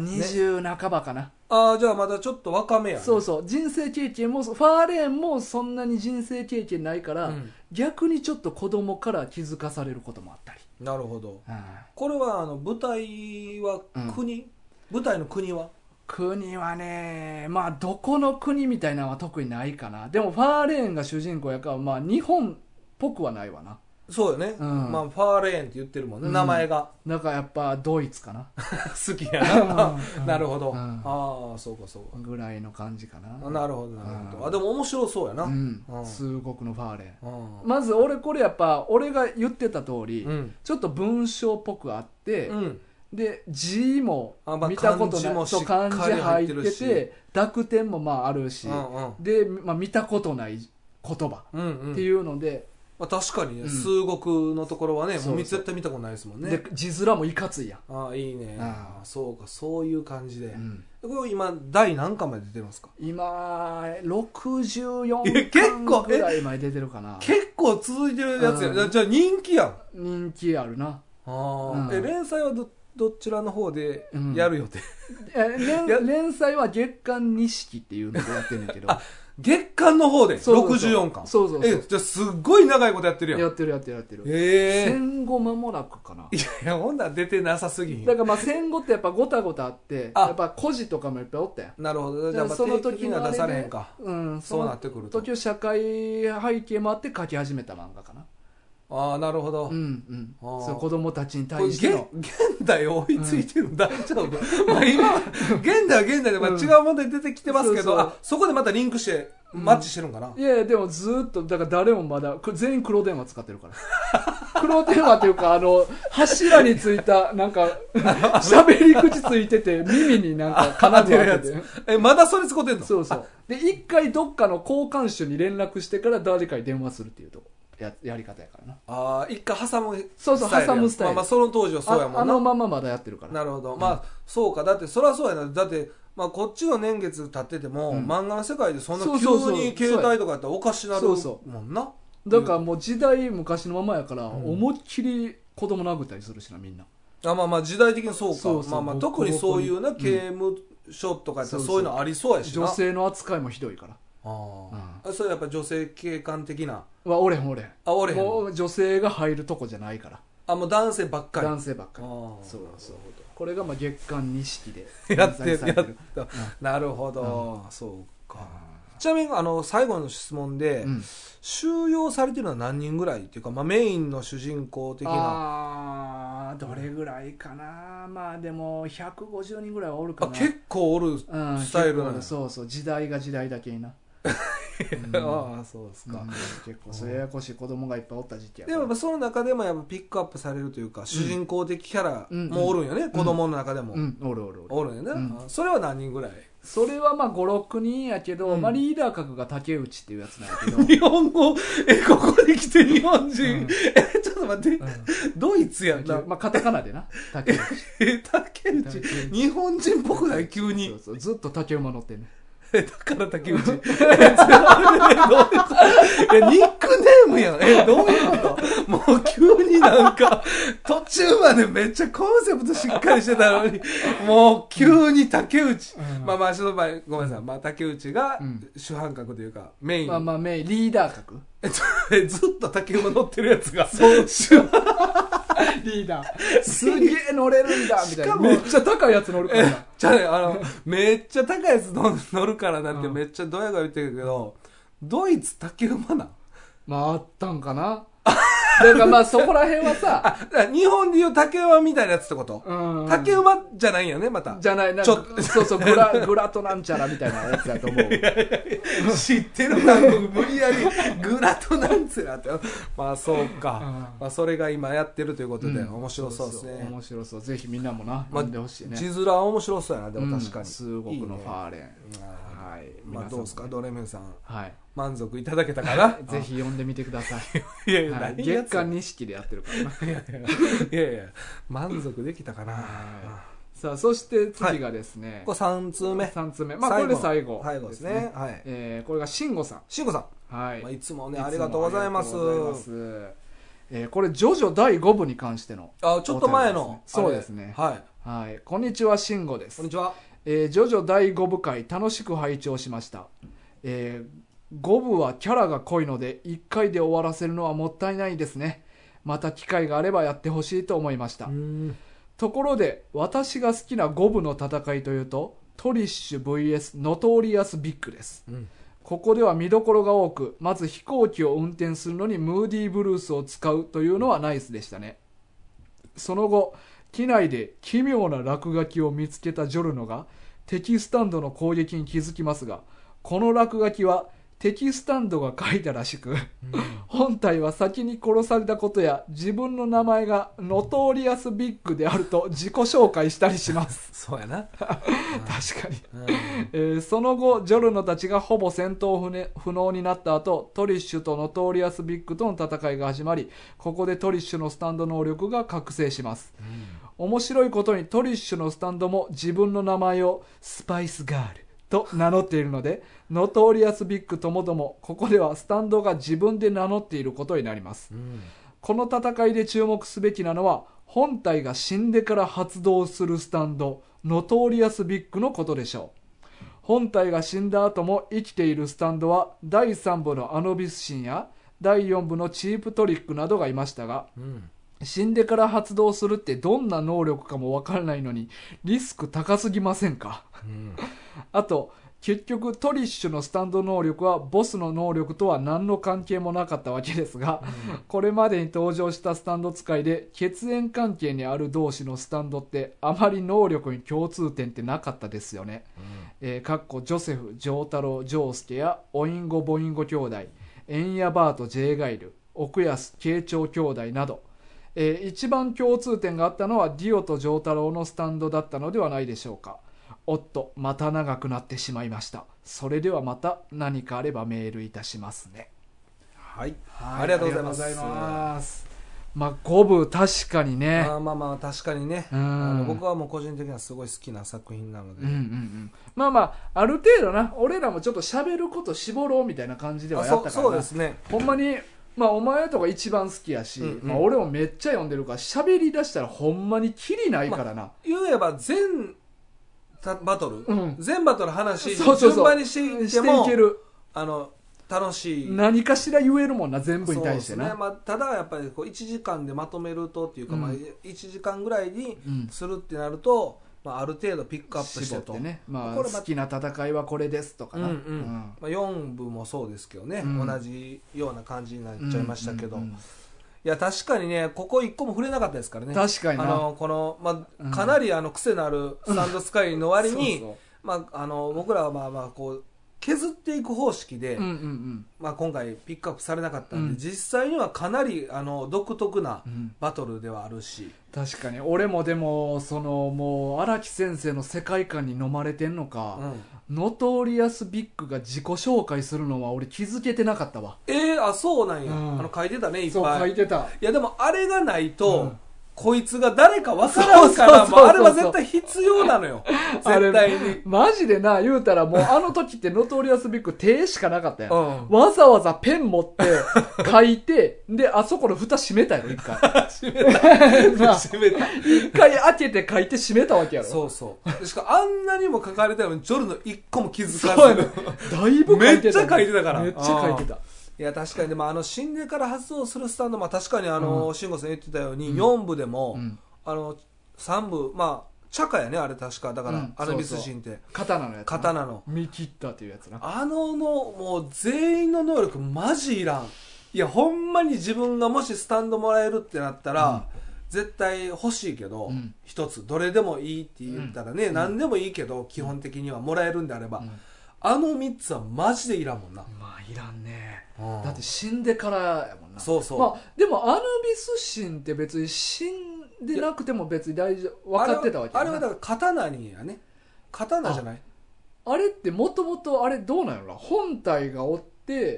20半ばかな。 じゃあまだちょっと若めやね。 そう人生経験もファーレーンもそんなに人生経験ないから、逆にちょっと子供から気づかされることもあったり。 なるほど、これは舞台は舞台の国はね、どこの国みたいなのは特にないかな。でもファーレーンが主人公やから日本っぽくはないわな。 そうよね、ファーレーンって言ってるもんね、名前が。 だからやっぱドイツかな好きやななるほど、そうかぐらいの感じかな。 なるほど。でも面白そうやな、 数国のファーレーン。まず俺これやっぱ俺が言ってた通り、ちょっと文章っぽくあって、で字も見たことない、漢字入ってて濁点もあるし、で、見たことない言葉っていうので、 まあ、確かにね、数国のところはね、もう絶対見たことないですもんね。 で字面もいかついやん。 ああいいね。そうか、そういう感じで、これ今第何巻まで出てるんですか？ 今64巻ぐらいまで出てるかな。 結構続いてるやつや、じゃあ人気やん。 人気あるな。 連載はどちらの方でやる予定？ 連載は月刊錦っていうのでやってるんだけど月刊の方で64巻。 そうじゃあすっごい長いことやってるやん。 やってる戦後間もなくかな。 いやほんなら出てなさすぎん。 だからまあ戦後ってやっぱごたごたあってやっぱ孤児とかもいっぱいおったやん。 なるほど。じゃあその時には出されへんか。そうなってくると時社会背景もあって書き始めた漫画かな。 ああなるほど。 そう子供たちに対しての現代追いついてる、大丈夫？まあ今現代は現代で、まあ、違う問題出てきてますけど、そこでまたリンクしてマッチしてるんかな。 いやでもずっとだから誰もまだ全員黒電話使ってるから黒電話っていうか柱についたなんか喋り口ついてて耳になんか奏でるやつ。 まだそれ使ってんの？ そうで一回どっかの交換手に連絡してから誰かに電話するっていうとやり方やからな。 一回挟むそう挟むスタイル。 まあその当時はそうやもんな。 あのまままだやってるから。 なるほど。まあそうか。だってそりゃそうやな。だってまあこっちの年月経ってても、漫画の世界でそんな急に携帯とかやったらおかしなるもんな。 だからもう時代昔のままやから、思いっきり子供殴ったりするしなみんな。 まあまあ時代的にそうか。まあ特にそういうな刑務所とかやったらそういうのありそうやしな。 女性の扱いもひどいから。 それやっぱ女性警官的なはおれへん。もう女性が入るとこじゃないから。 もう男性ばっかり。 そうこれがまあ月刊錦でやってる。なるほど。そうか。ちなみに最後の質問で、収容されてるのは何人ぐらいっていうか、まあ、メインの主人公的な。 どれぐらいかな。まあでも150人ぐらいはおるかな。 結構おるスタイルなの。 そう時代が時代だけにな。 そうですか。 結構ややこしい子供がいっぱいおった時期やから。でもその中でもやっぱピックアップされるというか、主人公的キャラもおるんよね、子供の中でも。 おるんよね。それは何人ぐらい？ それはまあ5、6人やけど、まあリーダー格が竹内っていうやつなんやけど。 日本語、ここに来て日本人、ちょっと待って、ドイツやんけ。 まあカタカナでな、竹内。 竹内、日本人っぽくない？急に。 そうずっと竹馬乗ってんね。 だから竹内。いや、ニックネームやん。どういうこと？もう急になんか、途中までめっちゃコンセプトしっかりしてたのに、もう急に竹内。まあその場合、ごめんなさい。まあ竹内が主犯格というか、メイン。 まあメイン、リーダー格。 ずっと竹馬乗ってるやつが。 そう、リーダー。すげえ乗れるんだみたいな。めっちゃ高いやつ乗るからな。 めっちゃ高いやつ乗るからなんてめっちゃドヤが言ってるけど、ドイツ竹馬な。 まああったんかな。だからまあそこら辺はさ日本でいう竹馬みたいなやつってこと？竹馬じゃないんやね、また。 じゃない、そうグラトなんちゃらみたいなやつだと思う。 知ってるな、無理やりグラトなんちゃらって。まあそうか。まあそれが今やってるということで面白そうですね。 面白そう。ぜひみんなもな、読んでほしいね。 字面は面白そうやな、でも確かに。 数国のファーレン。はい。 まあどうですか、ドレメンさん。 はい。 満足いただけたかな。 ぜひ読んでみてください。 いやいや、 月刊錦でやってるからな。 いやいや、満足できたかな。 さあ、そして次がですね。 これ3通目。 3通目。まあこれで最後。 最後ですね。はい。 これが慎吾さん。 慎吾さん。はい。いつもね、ありがとうございます。 これ、ジョジョ第5部に関しての。 ちょっと前の。 そうですね。 はい。 こんにちは、慎吾です。 こんにちは。 ジョジョ第5部回、楽しく拝聴しました。5部はキャラが濃いので1回で終わらせるのはもったいないですね。また機会があればやってほしいと思いました。ところで私が好きな5部の戦いというとトリッシュ vs ノトリアスビッグです、ここでは見どころが多く、まず飛行機を運転するのにムーディーブルースを使うというのはナイスでしたね。その後機内で奇妙な落書きを見つけたジョルノが敵スタンドの攻撃に気づきますが、この落書きは敵スタンドが書いたらしく、本体は先に殺されたことや自分の名前がノトーリアスビッグであると自己紹介したりしますそうやな確かに、その後ジョルノたちがほぼ戦闘不能になった後、トリッシュとノトーリアスビッグとの戦いが始まり、ここでトリッシュのスタンド能力が覚醒します、面白いことにトリッシュのスタンドも自分の名前をスパイスガールと名乗っているので、ノトーリアスビッグともどもここではスタンドが自分で名乗っていることになります、この戦いで注目すべきなのは、本体が死んでから発動するスタンドノトーリアスビッグのことでしょう。本体が死んだ後も生きているスタンドは第3部のアノビス神や第4部のチープトリックなどがいましたが、死んでから発動するってどんな能力かもわからないのにリスク高すぎませんか、あと結局トリッシュのスタンド能力はボスの能力とは何の関係もなかったわけですが、これまでに登場したスタンド使いで血縁関係にある同士のスタンドってあまり能力に共通点ってなかったですよね、かっこジョセフ、ジョータロ、ジョースケやオインゴ・ボインゴ兄弟、エンヤ・バート・ジェーガイル、奥安・慶長兄弟など、一番共通点があったのはディオとジョータロのスタンドだったのではないでしょうか。おっと、また長くなってしまいました。それではまた何かあればメールいたしますね。 はい、ありがとうございます。 まあ5部確かにね、 まあ確かにね、僕はもう個人的にはすごい好きな作品なので、 まあある程度な、俺らもちょっと喋ること絞ろうみたいな感じではやったからな。 そうですね、 ほんまにお前とか一番好きやし、俺もめっちゃ読んでるから喋り出したらほんまにキリないからな、 言えば全バトル、全バトル話そう順番にしていける、楽しい、 何かしら言えるもんな、全部に対してな。 そうですね、ただやっぱりこう1時間でまとめるとっていうか、1時間ぐらいにするってなると、ある程度ピックアップしてと、 ね、好きな戦いはこれですとかな、 4部もそうですけどね、同じような感じになっちゃいましたけど、いや確かにね、ここ1個も触れなかったですからね。 確かにな、 この、かなり癖のあるスタンド使いの割に僕らはこう削っていく方式で、今回ピックアップされなかったんで、実際にはかなり独特なバトルではあるし、 確かに俺もでももう荒木先生の世界観に飲まれてんのか、ノトーリアスビッグが自己紹介するのは俺気づけてなかったわ。 そうなんや、書いてたね、いっぱい。 そう書いてた。 いやでもあれがないと、こいつが誰か分からんから、あれは絶対必要なのよ。絶対に。 マジでな、言うたらもうあの時ってノトリアスビッグ手しかなかったやん。わざわざペン持って書いて、で、あそこの蓋閉めたやろ、一回。閉めた。一回開けて書いて閉めたわけやろ。 そうそう。しかもあんなにも書かれたのに、ジョルの一個も気づかず。 だいぶ書いてた。 めっちゃ書いてたから。 めっちゃ書いてた。 いや確かに、でも死んでから発動するスタンド、確かに慎吾さん言ってたように、4部でも、3部、チャカやね、あれ確か。だから、アヌビス神って。 刀のやつ。 刀の。 見切ったっていうやつな。 もう全員の能力マジいらん。いや、ほんまに自分がもしスタンドもらえるってなったら、絶対欲しいけど、一つ、どれでもいいって言ったらね、何でもいいけど、基本的にはもらえるんであれば、3つはマジでいらんもんな。 いらんね。だって死んでからやもんな。 そうそう。 でもアヌビス神って別に死んでなくても別に大丈夫、分かってたわけやな。 あれはだから刀にやね。刀じゃない？ あれってもともとあれどうなんやろな。本体がおって、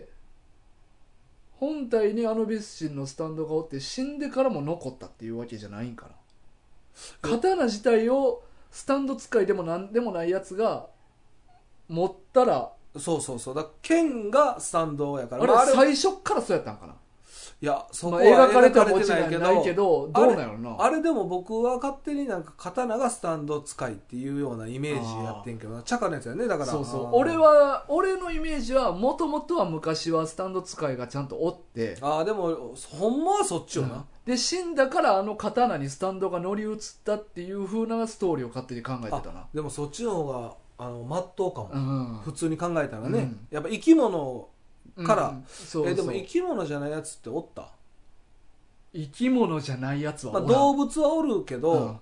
本体にアヌビス神のスタンドがおって死んでからも残ったっていうわけじゃないんかな。刀自体をスタンド使いでもなんでもないやつが持ったら、 そうだから剣がスタンドやから、 あれ最初からそうやったんかな。 いやそこは描かれてはもちろんないけど、どうなんやろな。 あれでも僕は勝手になんか刀がスタンド使いっていうようなイメージやってんけどな。チャカのやつやね。だからそう俺のイメージはもともとは昔はスタンド使いがちゃんとおって、 でもほんまはそっちよな、 で死んだから刀にスタンドが乗り移ったっていう風なストーリーを勝手に考えてたな。 でもそっちの方がまっとうかも、普通に考えたらね、やっぱ生き物から、でも生き物じゃないやつっておった？ 生き物じゃないやつは動物はおるけど、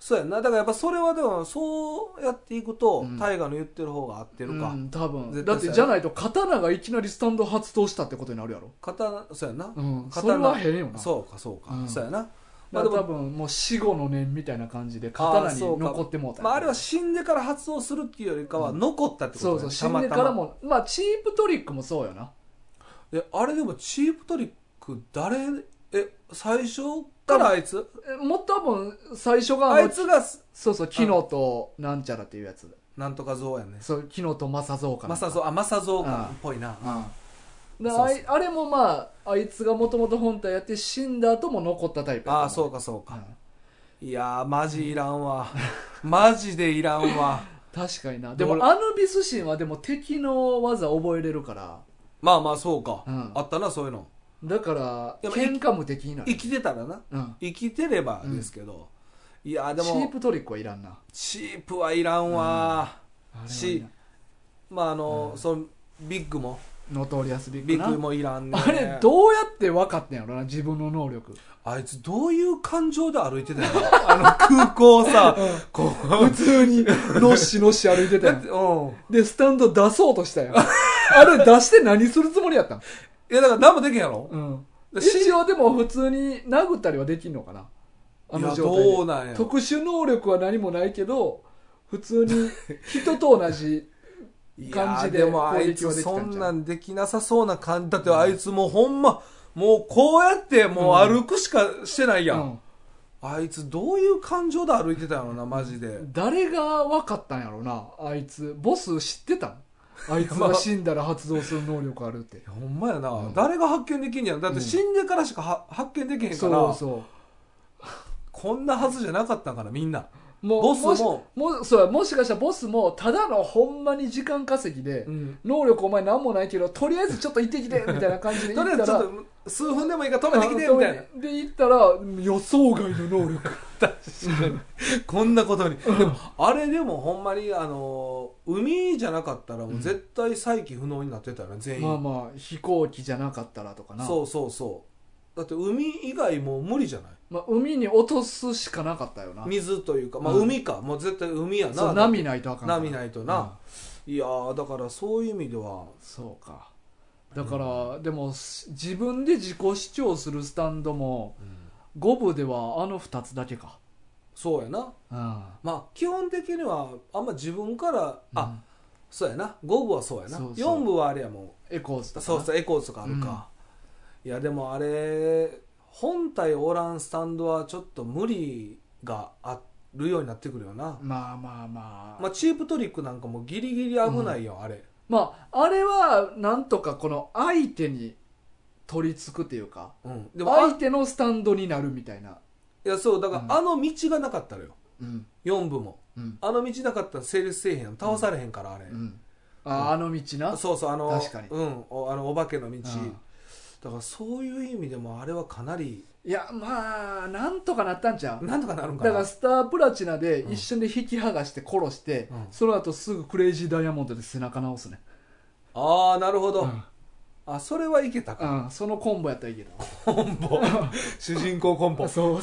そうやんな。だからやっぱそれはでもそうやっていくと大河の言ってる方が合ってるか、 多分絶対だってじゃないと刀がいきなりスタンド発動したってことになるやろ。 刀、そうやんな、 それは変よな。 そうか、そうやな。 まあ、多分もう死後の念みたいな感じで刀に残ってもうた。 あれは死んでから発動するっていうよりかは残ったってことだね。 そう死んでからも、まあチープトリックもそうよな。 あれでもチープトリック最初からあいつもう多分最初があいつがそうキノとなんちゃらっていうやつ、 なんとか像やね。 そうキノとマサゾウかな。 マサゾウかっぽいな。 あれもまああいつがもともと本体やって死んだ後も残ったタイプや。 そうか、いやーマジいらんわマジでいらんわ。 確かにな。でもアヌビス神はでも敵の技覚えれるから。 まあそうか、あったなそういうの。 だから喧嘩無敵になる。 生きてたらな、生きてればですけど、いやでもチープトリックはいらんな。 チープはいらんわ、まあそのビッグもノトリアスビッグビッグもいらんね。 あれどうやって分かってんやろな、自分の能力。 あいつどういう感情で歩いてたの空港をさ、 こう普通にのっしのっし歩いてたやん。でスタンド出そうとしたやんあれ出して何するつもりやったん？ いやだから何もできんやろ、 一応でも普通に殴ったりはできんのかな、あの状態で。 どうなんや。 特殊能力は何もないけど普通に人と同じ感じで攻撃はできたんちゃう。でもあいつそんなんできなさそうな感じだって、あいつもうほんまもうこうやってもう歩くしかしてないやん、あいつどういう感情で歩いてたんやろなマジで。 誰が分かったんやろな、あいつ。ボス知ってたん？あいつが死んだら発動する能力あるって。 ほんまやな、誰が発見できんやん。だって死んでからしか発見できへんから、こんなはずじゃなかったんかなみんな。ボスももしかしたらボスもただのほんまに時間稼ぎで、能力お前なんもないけどとりあえずちょっと行ってきてみたいな感じで言ったらとりあえずちょっと数分でもいいから止めてきてみたいなで言ったら予想外の能力確かにこんなことにでもあれでもほんまに海じゃなかったらもう絶対再起不能になってたよね全員。 まあ飛行機じゃなかったらとかな。 そうだって海以外もう無理じゃない。 海に落とすしかなかったよな。 水というか、海か、もう絶対海やな。 そう波ないとあかんから。 波ないとな、いやだからそういう意味ではそうか。だから、でも自分で自己主張するスタンドも、5部ではあの2つだけか。 そうやな、まあ基本的にはあんま自分から、そうやな、5部はそうやな。4部はあれやもん、 エコーズとか。 そうエコーズとかあるか、いやでもあれ本体おらんスタンドはちょっと無理があるようになってくるよな。まあチープトリックなんかもギリギリ危ないよ、あれ。 あれはなんとかこの相手に取り付くっていうか、でも相手のスタンドになるみたいな。 いやそうだから、あの道がなかったのよ、4部も、あの道なかったら成立せえへん、倒されへんからあれ、 あの道な。 そう確かに、 お化けの道、だからそういう意味でもあれはかなり、 いやなんとかなったんちゃう。 なんとかなるんかな。 だからスタープラチナで一瞬で引き剥がして殺して、その後すぐクレイジーダイヤモンドで背中直すね。 ああなるほど、それはいけたか、 そのコンボやったらいけた。コンボ主人公コンボ、 そう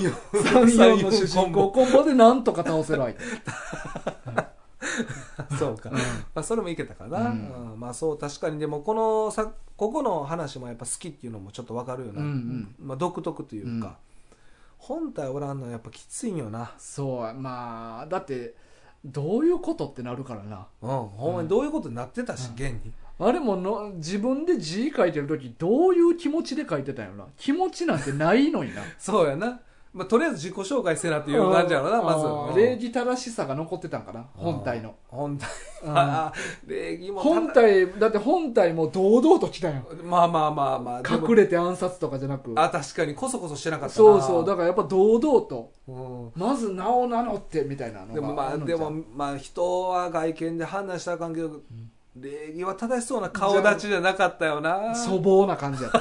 34 の主人公コンボでなんとか倒せる相手そうか、それもいけたかな、まあそう確かに。でもここの話もやっぱ好きっていうのもちょっと分かるよな、独特というか、本体おらんのはやっぱきついんよな。 そうだってどういうことってなるからな。 ほんまにどういうことになってたし、現にあれも自分で字書いてる時どういう気持ちで書いてたんやろな。気持ちなんてないのになそうやな、とりあえず自己紹介せなっていう感じやろな、まず礼儀正しさが残ってたんかな、本体の。 礼儀もだって本体も堂々と来たよ。隠れて暗殺とかじゃなく、 確かにこそこそしてなかったな。 そうだからやっぱ堂々と、まず名を名乗ってみたいなのが。 でも人は外見で判断したらあかんけど、礼儀は正しそうな顔立ちじゃなかったよな。 粗暴な感じやった、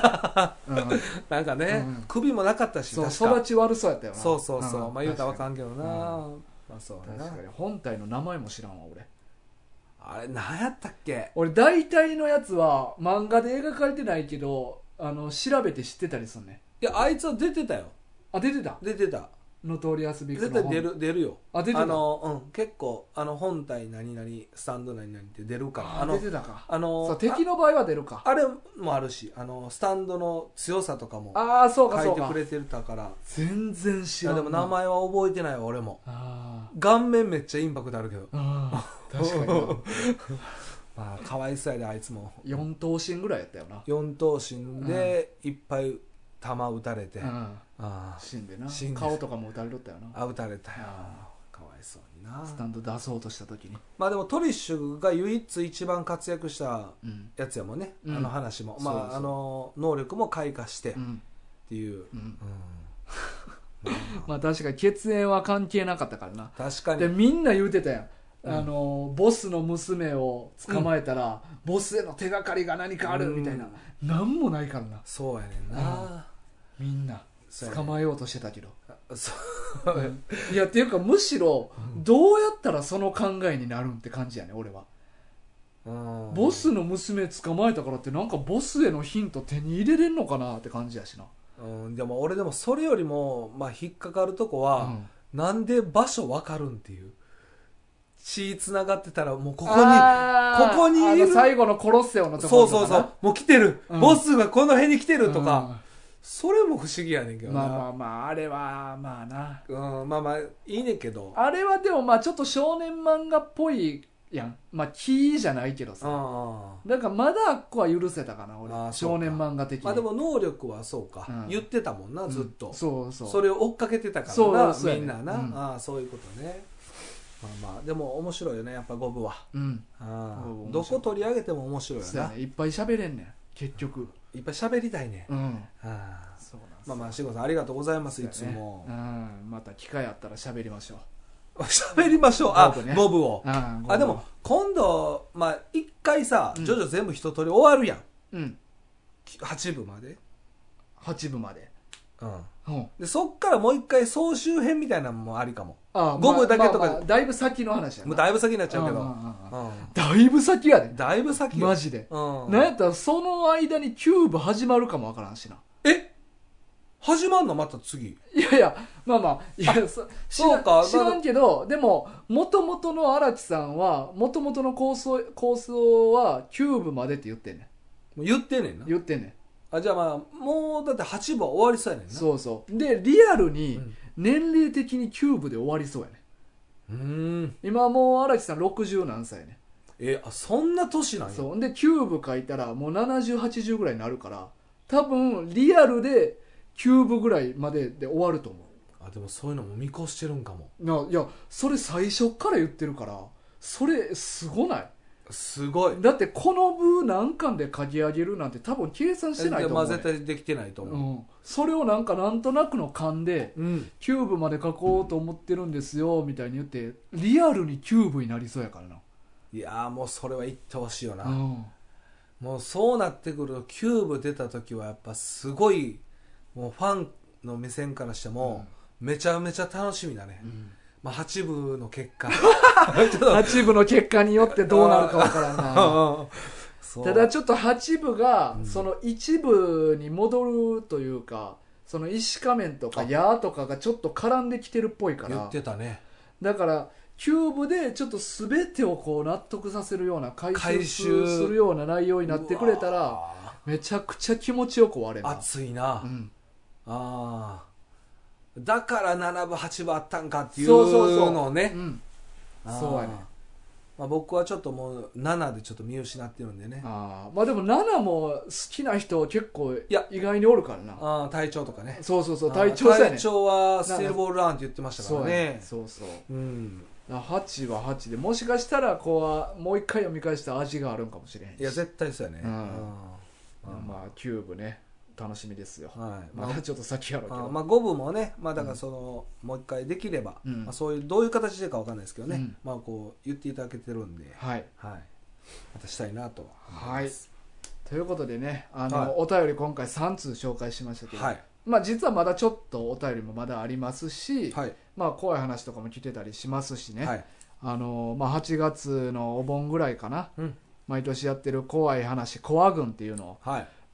なんかね、首もなかったし、 確か育ち悪そうやったよな。 そう言うたらわかんけどな。そうやな。 確かに本体の名前も知らんわ俺。 あれ何やったっけ。 俺大体のやつは漫画で描かれてないけど調べて知ってたりすんね。 いやあいつは出てたよ。 出てた。 ノトリアスビッグ絶対の出るよ。 あ出てた結構本体何々スタンド何々って出るから出てたかそう敵の場合は出るかあれもあるしスタンドの強さとかもそうかそうか書いてくれてたから全然知らんでも名前は覚えてないわ俺も。 あ顔面めっちゃインパクトあるけど確かになまあかわいそうやであいつも 4頭身ぐらいやったよな 4頭身でいっぱい弾撃たれて死んでな死んで顔とかも撃たれとったよな撃たれたよかわいそうにな。 スタンド出そうとした時にまあでもトリッシュが唯一一番活躍したうんやつやもんね、 うん話も、 そうそうまあ能力も開花してっうんていう、 うんままあ確かに血縁は関係なかったからなあ確かにでみんな言うてたやんボスの娘を捕まえたら、ボスへの手がかりが何かあるみたいな、なんもないからなそうやねんな、 みんな捕まえようとしてたけど、 そういやっていうかむしろどうやったらその考えになるんって感じやね俺は、ボスの娘捕まえたからってなんかボスへのヒント手に入れれんのかなって感じやしな、 でも俺でもそれよりも、まあ、引っかかるとこは、なんで場所分かるんっていう血つながってたらもうここにいる最後のコロッセオのところとかなそうもう来てる、ボスがこの辺に来てるとか、 うんそれも不思議やねんけどな。 まああれはまあな、 まあいいねんけど、 あれはでもまあちょっと少年漫画っぽいやん、まあキーじゃないけどさ、だからまだあっこは許せたかな俺、少年漫画的に。 まあでも能力はそうか、言ってたもんなずっと、それを追っかけてたからな、みんなな、そういうことね。まあでも面白いよねやっぱゴブは、どこ取り上げても面白いよな、 いっぱい喋れんねん結局、 いっぱい喋りたいね。まあ慎吾さんありがとうございます、いつも。 また機会あったら喋りましょう。 喋りましょう。ゴブを。でも今度まあ一回さジョジョ全部一通り終わるやん。8部まで。 8部まで。 でそっからもう一回総集編みたいなのもありかも。ゴブだけとかだいぶ先の話やな。 だいぶ先になっちゃうけど。 だいぶ先やで。 だいぶ先マジで。なんやったらその間にキューブ始まるかもわからんしな。 始まんのまた次。 いやまあいやそうか知らんけど、でも元々の荒木さんは元々の構想はキューブまでって言ってんねん。 言ってんねんな。 言ってんねん。 じゃあまあもうだって8部は終わりそうやねんな。 そうでリアルに年齢的にキューブで終わりそうやねん。今もう荒木さん60何歳やねん。そんな年なんや。 そうでキューブ書いたらもう7080ぐらいになるから、多分リアルでキューブぐらいまでで終わると思う。 でもそういうのも見越してるんかも。 いやそれ最初から言ってるから、それすごない？ すごい。 だってこの部何巻で書き上げるなんて多分計算してないと思う、 絶対できてないと思う、 それをなんとなくの勘で、キューブまで書こうと思ってるんですよみたいに言ってリアルにキューブになりそうやからな。 いやもうそれは言ってほしいよな、もうそうなってくるとキューブ出た時はやっぱすごい、もうファンの目線からしてもめちゃめちゃ楽しみだね、まあ、8部の結果 8部の結果によってどうなるかわからんなただちょっと8部がその1部に戻るというか、その石仮面とか矢とかがちょっと絡んできてるっぽいから、 言ってたね。 だからキューブでちょっと全てをこう納得させるような回収するような内容になってくれたらめちゃくちゃ気持ちよく終われる。 熱いな、だから7部8部あったんかっていうのをね。そうやね。まあ、僕はちょっともう7でちょっと見失ってるんでね。 まあでも7も好きな人結構意外におるからな。 隊長とかね。 そう隊長さね。 隊長はスティールボールランって言ってましたからね。そう、 8は8でもしかしたらこうもう一回読み返した味があるんかもしれへんし。 いや絶対そうやね。 まあキューブね楽しみですよ。まだちょっと先やろうけど、 まあ5部もね、まあだからそのもう一回できれば、まあそういうどういう形でかわかんないですけどね、まあこう言っていただけてるんで、またしたいなと思います。 ということでね、お便り今回3通紹介しましたけど、まあ実はまだちょっとお便りもまだありますし、まあ怖い話とかも来てたりしますしね、まあ8月のお盆ぐらいかな、毎年やってる怖い話コア軍っていうのを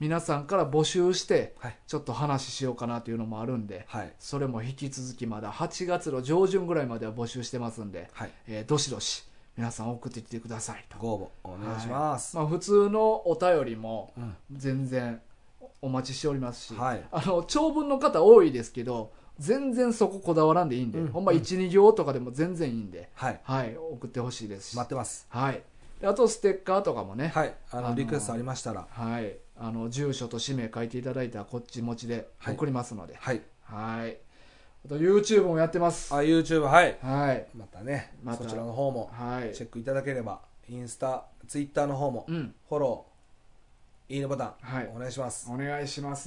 皆さんから募集してはいちょっと話しようかなというのもあるんで、 はいそれも引き続きまだ8月の上旬ぐらいまでは募集してますんで、 はい、 どしどし皆さん送ってきてくださいと。 ご応募お願いします、 まあ、普通のお便りもうん全然お待ちしておりますし、 はい、 長文の方多いですけど全然そここだわらんでいいんで、 うんほんま12行とかでも全然いいんで、 はい、 はい、送ってほしいですし、 待ってます。 はい、であとステッカーとかもね、 はい、リクエストありましたら、 はい、住所と氏名書いていただいたらこっち持ちで送りますので、 はい、 はい、あと YouTube もやってます。 YouTube、はい、 はい、 またね、 またそちらの方もはいチェックいただければ、インスタ、ツイッターの方も、 うんフォロー、いいねボタン、 はい、 お願いします。 お願いします。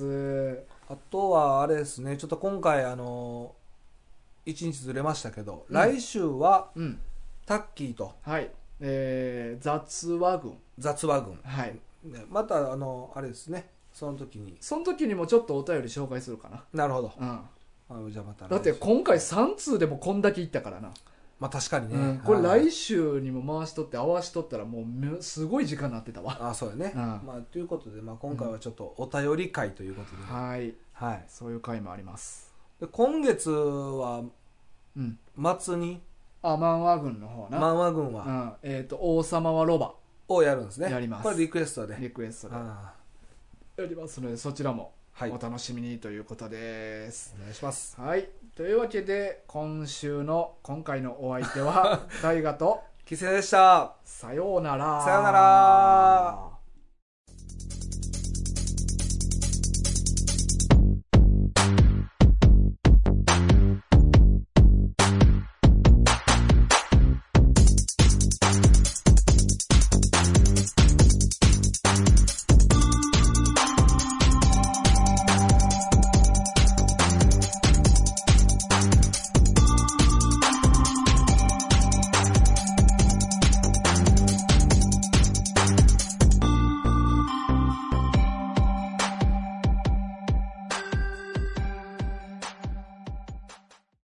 あとはあれですね、ちょっと今回1日ずれましたけど、来週はうん、 タッキーとはい、雑話群、 雑話群、 はい、 ね、またあれですね、その時にもちょっとお便り紹介するかな。 なるほど、 うん、 じゃあまただって今回3通でもこんだけいったからな。 まあ確かにね、 うん、これ来週にも回しとって合わしとったらもうすごい時間になってたわ。 そうやね、まあ、ということで、まあ、今回はちょっとお便り会ということで、 はい、 はい、 そういう回もあります。 で今月はうん、 末に漫画軍の方な、 漫画軍は、 王様はロバをやるんですね。 やります。 これリクエストでやりますので、そちらもお楽しみにということです。 お願いします。 はい、というわけで今回のお相手は大河とキセでした。 さようなら。 さようなら。